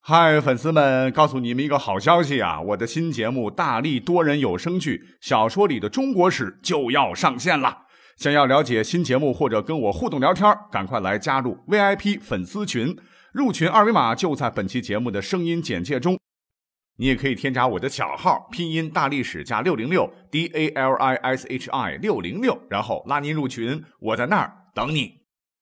嗨，粉丝们，告诉你们一个好消息啊！我的新节目《大力多人有声剧小说里的中国史》就要上线了。想要了解新节目或者跟我互动聊天，赶快来加入 VIP 粉丝群，入群二维码就在本期节目的声音简介中。你也可以添加我的小号，拼音大历史加606 DALISHI 606，然后拉您入群，我在那儿等你。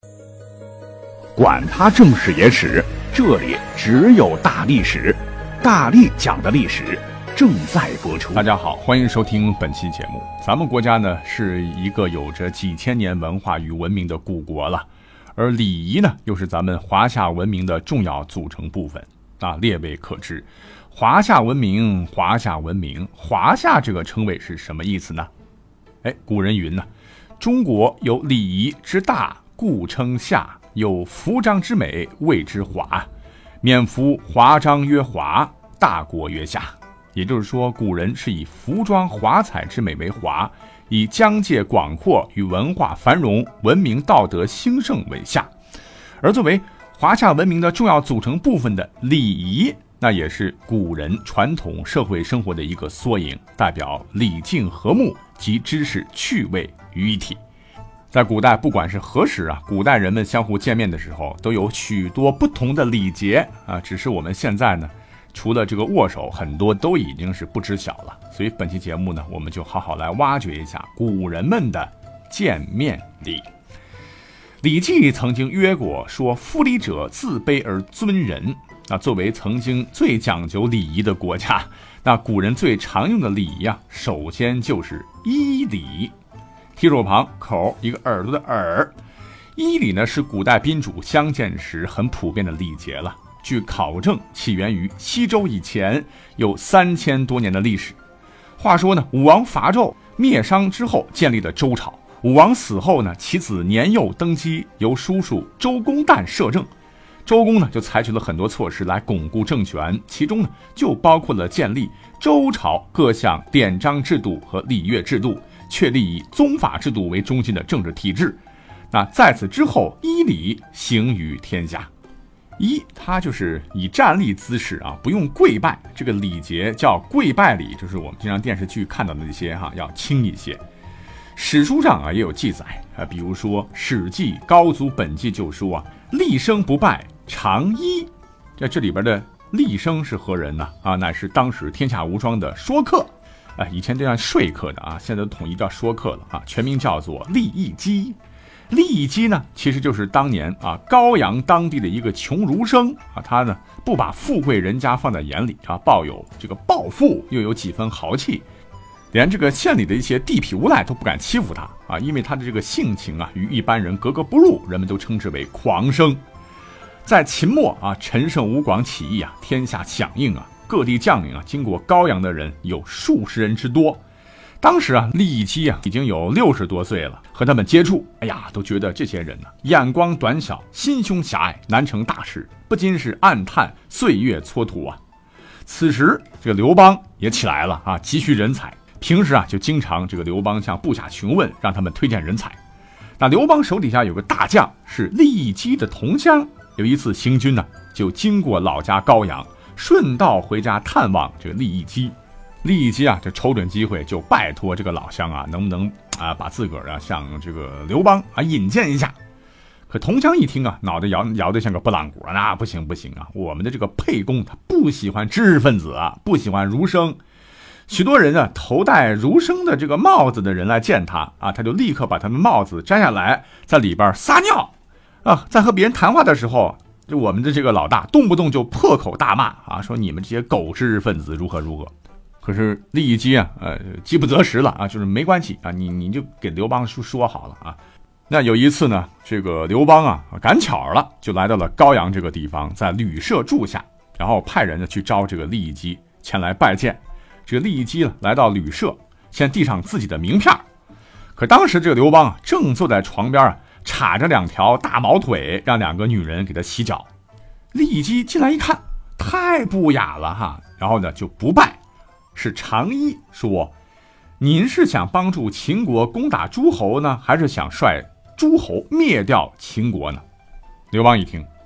管他正史野史，这里只有大历史，大力讲的历史正在播出。 大家好，欢迎收听本期节目。咱们国家呢是一个有着几千年文化与文明的古国了，而礼仪呢又是咱们华夏文明的重要组成部分啊，列位可知。华夏文明，华夏文明，华夏这个称谓是什么意思呢？古人云呢，中国有礼仪之大，故称夏。有服装之美，谓之华。免服华章曰华，大国曰夏。也就是说，古人是以服装华彩之美为华，以疆界广阔与文化繁荣、文明道德兴盛为夏。而作为华夏文明的重要组成部分的礼仪，那也是古人传统社会生活的一个缩影，代表礼敬和睦及知识趣味于一体。在古代，不管是何时啊，古代人们相互见面的时候都有许多不同的礼节啊，只是我们现在呢，除了这个握手，很多都已经是不知晓了。所以本期节目呢，我们就好好来挖掘一下古人们的见面礼。礼记曾经约过说，夫礼者自卑而尊人。那作为曾经最讲究礼仪的国家，那古人最常用的礼仪啊，首先就是衣礼。提手旁口一个耳朵的耳，衣礼呢是古代宾主相见时很普遍的礼节了。据考证，起源于西周以前，有3000多年的历史。话说呢，武王伐纣灭商之后建立了周朝。武王死后呢，其子年幼登基，由叔叔周公旦摄政。周公呢就采取了很多措施来巩固政权，其中呢就包括了建立周朝各项典章制度和礼乐制度，确立以宗法制度为中心的政治体制。那在此之后，衣礼行于天下。衣，它就是以站立姿势啊，不用跪拜，这个礼节叫跪拜礼，就是我们经常电视剧看到的那些要轻一些。史书上啊也有记载啊，比如说《史记·高祖本纪》就说啊，立生不拜，常衣。在这里边的立生是何人呢？啊，乃是当时天下无双的说客。以前都叫说客的啊，现在都统一叫说客了啊，全名叫做利益姬。利益姬呢，其实就是当年啊高阳当地的一个穷儒生啊，他呢不把富贵人家放在眼里啊，抱有这个抱负，又有几分豪气，连这个县里的一些地痞无赖都不敢欺负他啊，因为他的这个性情啊与一般人格格不入，人们都称之为狂生。在秦末啊，陈胜吴广起义啊，天下响应啊。各地将领啊，经过高阳的人有数十人之多。当时啊，利益姬啊已经有60多岁了，和他们接触，都觉得这些人呢眼光短小，心胸狭隘，难成大事，不禁是暗叹岁月蹉跎啊。此时这个刘邦也起来了啊，急需人才。平时啊就经常这个刘邦向部下询问，让他们推荐人才。那刘邦手底下有个大将是利益姬的同乡，有一次行军呢，就经过老家高阳。顺道回家探望这个利益姬，利益姬啊，这瞅准机会就拜托这个老乡啊，能不能啊把自个儿啊向这个刘邦啊引荐一下。可同乡一听啊，脑袋摇得像个拨浪鼓，那不行啊，我们的这个沛公他不喜欢知识分子啊，不喜欢儒生。许多人啊头戴儒生的这个帽子的人来见他啊，他就立刻把他的帽子摘下来，在里边撒尿啊，在和别人谈话的时候。就我们的这个老大动不动就破口大骂啊，说你们这些狗知识分子如何如何。可是利益姬啊，饥不择食了啊，就是没关系啊，你就给刘邦说好了啊。那有一次呢，这个刘邦啊赶巧了，就来到了高阳这个地方，在旅社住下，然后派人呢去招这个利益姬前来拜见。这个利益姬呢来到旅社，先递上自己的名片。可当时这个刘邦啊正坐在床边啊。插着2条大毛腿，让2个女人给他洗脚。利益姬进来一看，太不雅了哈，然后呢就不拜，是长衣，说您是想帮助秦国攻打诸侯呢，还是想率诸侯灭掉秦国呢？刘邦一听，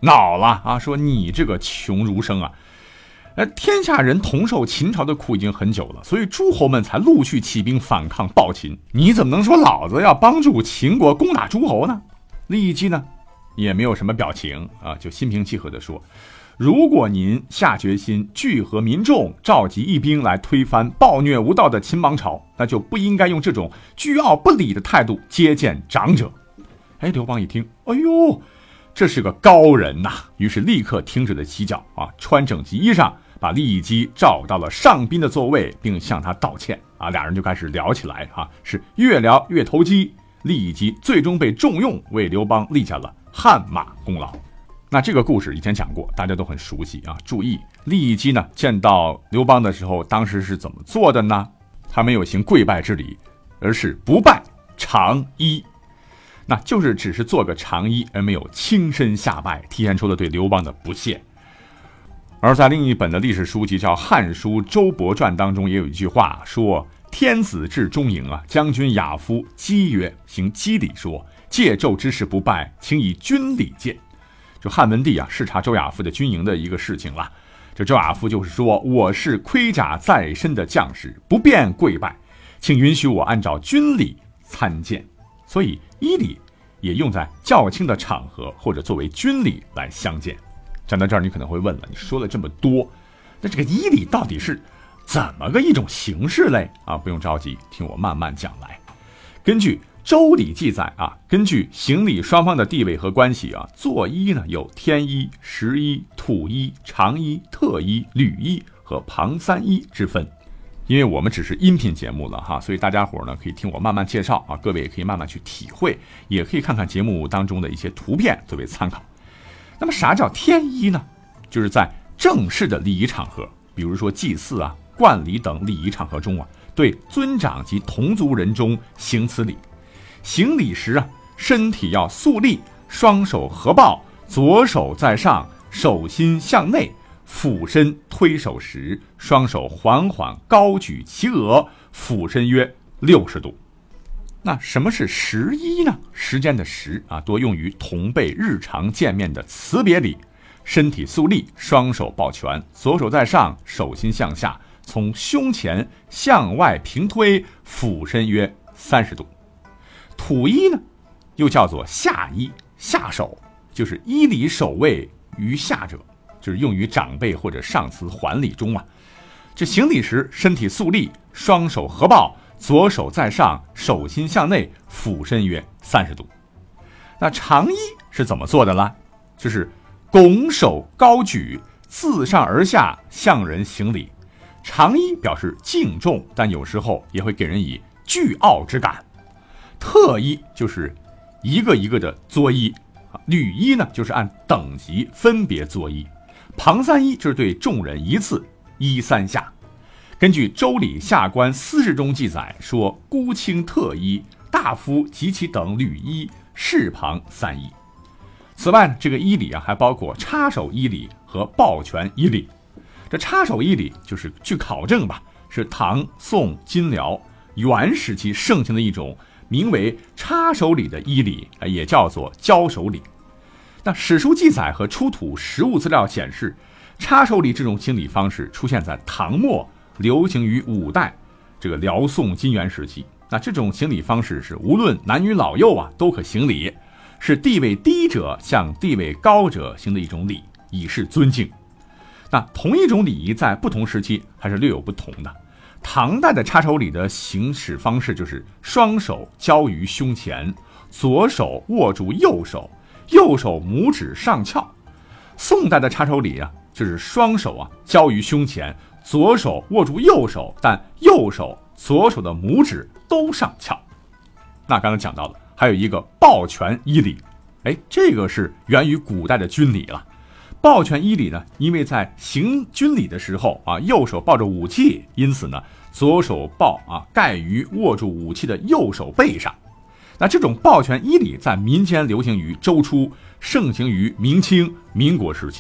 恼了啊，说你这个穷儒生啊，天下人同受秦朝的苦已经很久了，所以诸侯们才陆续起兵反抗暴秦，你怎么能说老子要帮助秦国攻打诸侯呢？郦姬呢也没有什么表情啊，就心平气和地说，如果您下决心聚合民众，召集义兵来推翻暴虐无道的秦王朝，那就不应该用这种居傲不理的态度接见长者。刘邦一听，哎呦，这是个高人呐，于是立刻停止了起脚啊，穿整齐衣裳，把郦姬召到了上宾的座位，并向他道歉啊。俩人就开始聊起来啊，是越聊越投机。郦姬最终被重用，为刘邦立下了汗马功劳。那这个故事以前讲过，大家都很熟悉啊。注意，郦姬呢见到刘邦的时候，当时是怎么做的呢？他没有行跪拜之礼，而是不拜长揖，那就是只是做个长揖，而没有倾身下拜，体现出了对刘邦的不屑。而在另一本的历史书籍叫《汉书·周勃传》当中，也有一句话说，天子至中营啊，将军亚夫讥曰，行讥礼说，借纣之事不拜，请以军礼见。就汉文帝啊视察周亚夫的军营的一个事情了。这周亚夫就是说，我是盔甲在身的将士，不便跪拜，请允许我按照军礼参见。所以揖礼也用在较轻的场合或者作为军礼来相见。讲到这儿，你可能会问了，你说了这么多，那这个揖礼到底是怎么个一种形式嘞？啊，不用着急，听我慢慢讲来。根据周礼记载啊，根据行礼双方的地位和关系啊，作揖呢有天揖、实揖、土揖、长揖、特揖、履揖和旁三揖之分。因为我们只是音频节目了哈，所以大家伙呢可以听我慢慢介绍啊，各位也可以慢慢去体会，也可以看看节目当中的一些图片作为参考。那么啥叫天揖呢？就是在正式的礼仪场合，比如说祭祀啊、冠礼等礼仪场合中啊，对尊长及同族人中行此礼。行礼时啊，身体要肃立，双手合抱，左手在上，手心向内，俯身推手时，双手缓缓高举其额，俯身约60度。那什么是时揖呢？时间的时啊，多用于同辈日常见面的辞别礼。身体肃立，双手抱拳，左手在上，手心向下，从胸前向外平推，俯身约30度。土揖呢，又叫做下揖，下手就是揖礼首位于下者，就是用于长辈或者上司还礼中啊。这行礼时，身体肃立，双手合抱，左手在上，手心向内，俯身约30度。那长揖是怎么做的呢？就是拱手高举，自上而下向人行礼。长揖表示敬重，但有时候也会给人以倨傲之感。特揖就是一个一个的作揖，履揖呢就是按等级分别作揖，旁三揖就是对众人一次揖3下。根据《周礼下官司事》中记载说，孤卿特揖，大夫及其等履揖，士旁3揖。此外呢，这个揖礼啊还包括插手揖礼和抱拳揖礼。这插手揖礼就是据考证吧，是唐、宋、金、辽、元时期盛行的一种名为插手礼的揖礼，也叫做交手礼。那史书记载和出土实物资料显示，插手礼这种行礼方式出现在唐末，流行于5代这个辽宋金元时期。那这种行礼方式是无论男女老幼啊都可行礼，是地位低者向地位高者行的一种礼，以示尊敬。那同一种礼仪在不同时期还是略有不同的。唐代的插手礼的行使方式就是双手交于胸前，左手握住右手，右手拇指上翘。宋代的插手礼啊，就是双手啊交于胸前，左手握住右手，但右手、左手的拇指都上翘。那刚才讲到了，还有一个抱拳揖礼，这个是源于古代的军礼了。抱拳揖礼呢，因为在行军礼的时候啊，右手抱着武器，因此呢，左手抱啊盖于握住武器的右手背上。那这种抱拳揖礼在民间流行于周初，盛行于明清、民国时期。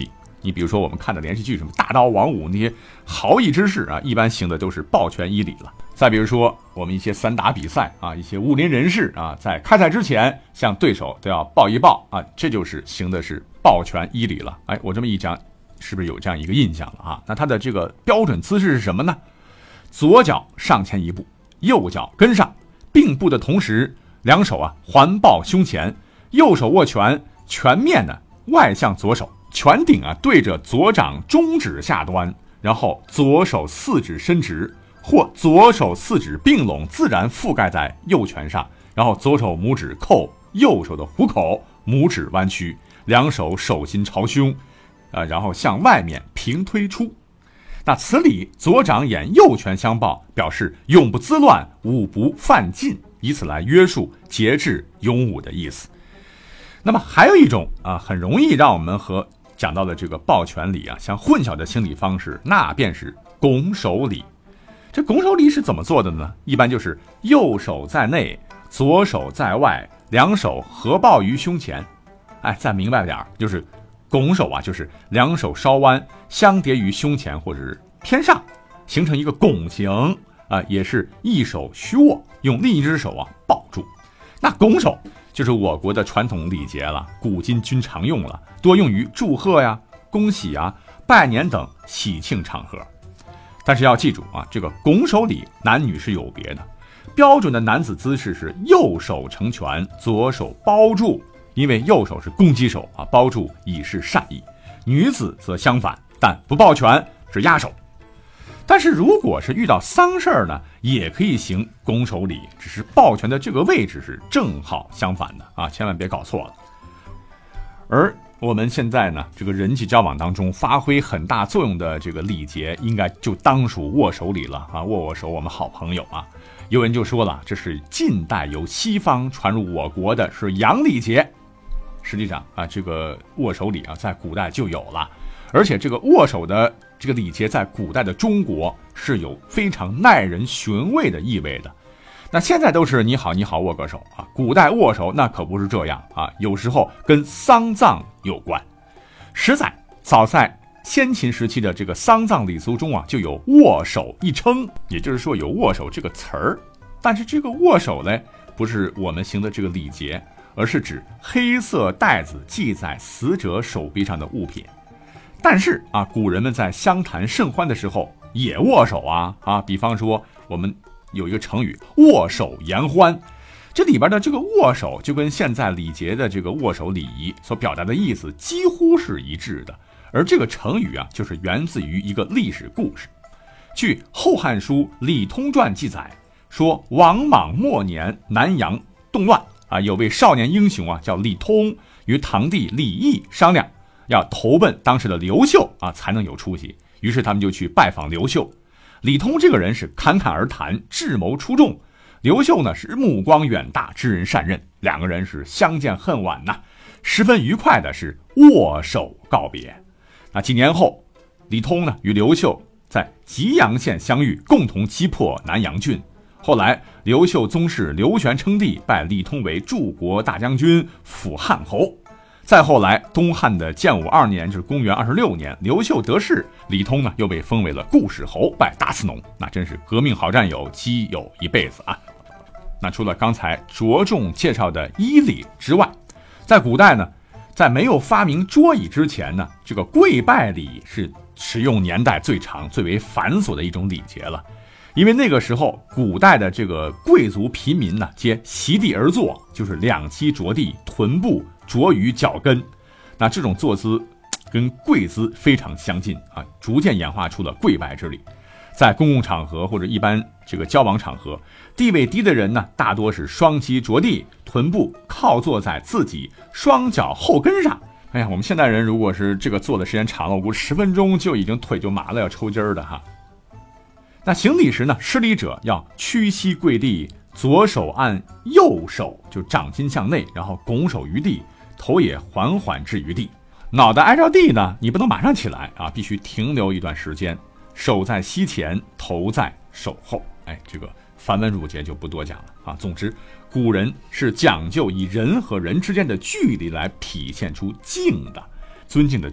你比如说我们看的连续剧，什么大刀王五那些豪义之士啊，一般行的都是抱拳依礼了。再比如说我们一些散打比赛啊，一些武林人士啊，在开赛之前向对手都要抱一抱啊，这就是行的是抱拳依礼了。哎，我这么一讲，是不是有这样一个印象了啊？那它的这个标准姿势是什么呢？左脚上前一步，右脚跟上，并步的同时，两手啊环抱胸前，右手握拳，拳面呢外向左手，拳顶啊对着左掌中指下端，然后左手四指伸直，或左手四指并拢，自然覆盖在右拳上，然后左手拇指扣右手的虎口，拇指弯曲，两手手心朝胸，然后向外面平推出。那此理左掌眼右拳相抱，表示永不滋乱，武不犯禁，以此来约束节制勇武的意思。那么还有一种啊，很容易让我们和讲到的这个抱拳礼啊相混淆的行礼方式，那便是拱手礼。这拱手礼是怎么做的呢？一般就是右手在内，左手在外，两手合抱于胸前。哎，再明白点，就是拱手啊，就是两手稍弯，相叠于胸前或者是偏上，形成一个拱形啊，也是一手虚握，用另一只手啊抱住。那拱手就是我国的传统礼节了，古今均常用了，多用于祝贺呀、恭喜啊、拜年等喜庆场合。但是要记住啊，这个拱手礼男女是有别的，标准的男子姿势是右手成拳，左手包住，因为右手是攻击手啊，包住以示善意。女子则相反，但不抱拳，只压手。但是如果是遇到丧事儿呢，也可以行拱手礼，只是抱拳的这个位置是正好相反的啊，千万别搞错了。而我们现在呢，这个人际交往当中发挥很大作用的这个礼节，应该就当属握手礼了啊，握握手，我们好朋友啊。有人就说了，这是近代由西方传入我国的是洋礼节。实际上啊，这个握手礼啊，在古代就有了，而且这个握手的这个礼节在古代的中国是有非常耐人寻味的意味的。那现在都是你好你好握个手啊，古代握手那可不是这样啊，有时候跟丧葬有关。实在早在先秦时期的这个丧葬礼俗中啊，就有握手一称，也就是说有握手这个词儿。但是这个握手呢，不是我们行的这个礼节，而是指黑色带子系在死者手臂上的物品。但是啊，古人们在相谈甚欢的时候也握手啊，比方说我们有一个成语握手言欢，这里边的这个握手就跟现在礼节的这个握手礼仪所表达的意思几乎是一致的。而这个成语啊，就是源自于一个历史故事。据《后汉书·李通传》记载，说王莽末年南阳动乱啊，有位少年英雄啊叫李通，与堂弟李毅商量要投奔当时的刘秀啊，才能有出息。于是他们就去拜访刘秀。李通这个人是侃侃而谈，智谋出众。刘秀呢是目光远大，知人善任，两个人是相见恨晚呐，十分愉快的是握手告别。那几年后，李通呢与刘秀在吉阳县相遇，共同击破南阳郡。后来刘秀宗室刘玄称帝，拜李通为柱国大将军、辅汉侯。再后来东汉的建武2年，就是公元26年，刘秀得势，李通呢又被封为了固始侯，拜大司农。那真是革命好战友，基友一辈子啊。那除了刚才着重介绍的衣礼之外，在古代呢，在没有发明桌椅之前呢，这个跪拜礼是使用年代最长、最为繁琐的一种礼节了。因为那个时候古代的这个贵族平民呢，皆席地而坐，就是两膝着地，臀部着于脚跟。那这种坐姿跟跪姿非常相近啊，逐渐演化出了跪拜之礼。在公共场合或者一般这个交往场合，地位低的人呢，大多是双膝着地，臀部靠坐在自己双脚后跟上。哎呀，我们现代人如果是这个坐的时间长了，我估计10分钟就已经腿就麻了，要抽筋儿的哈。那行礼时呢，施礼者要屈膝跪地，左手按右手，就掌心向内，然后拱手于地，头也缓缓置于地，脑袋挨着地呢，你不能马上起来啊，必须停留一段时间，手在膝前，头在手后。哎，这个繁文缛节就不多讲了啊。总之，古人是讲究以人和人之间的距离来体现出敬的，尊敬的敬，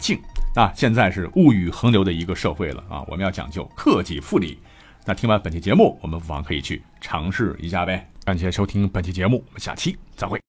那现在是物欲横流的一个社会了啊，我们要讲究克己复礼。那听完本期节目，我们不妨可以去尝试一下呗。感谢收听本期节目，我们下期再会。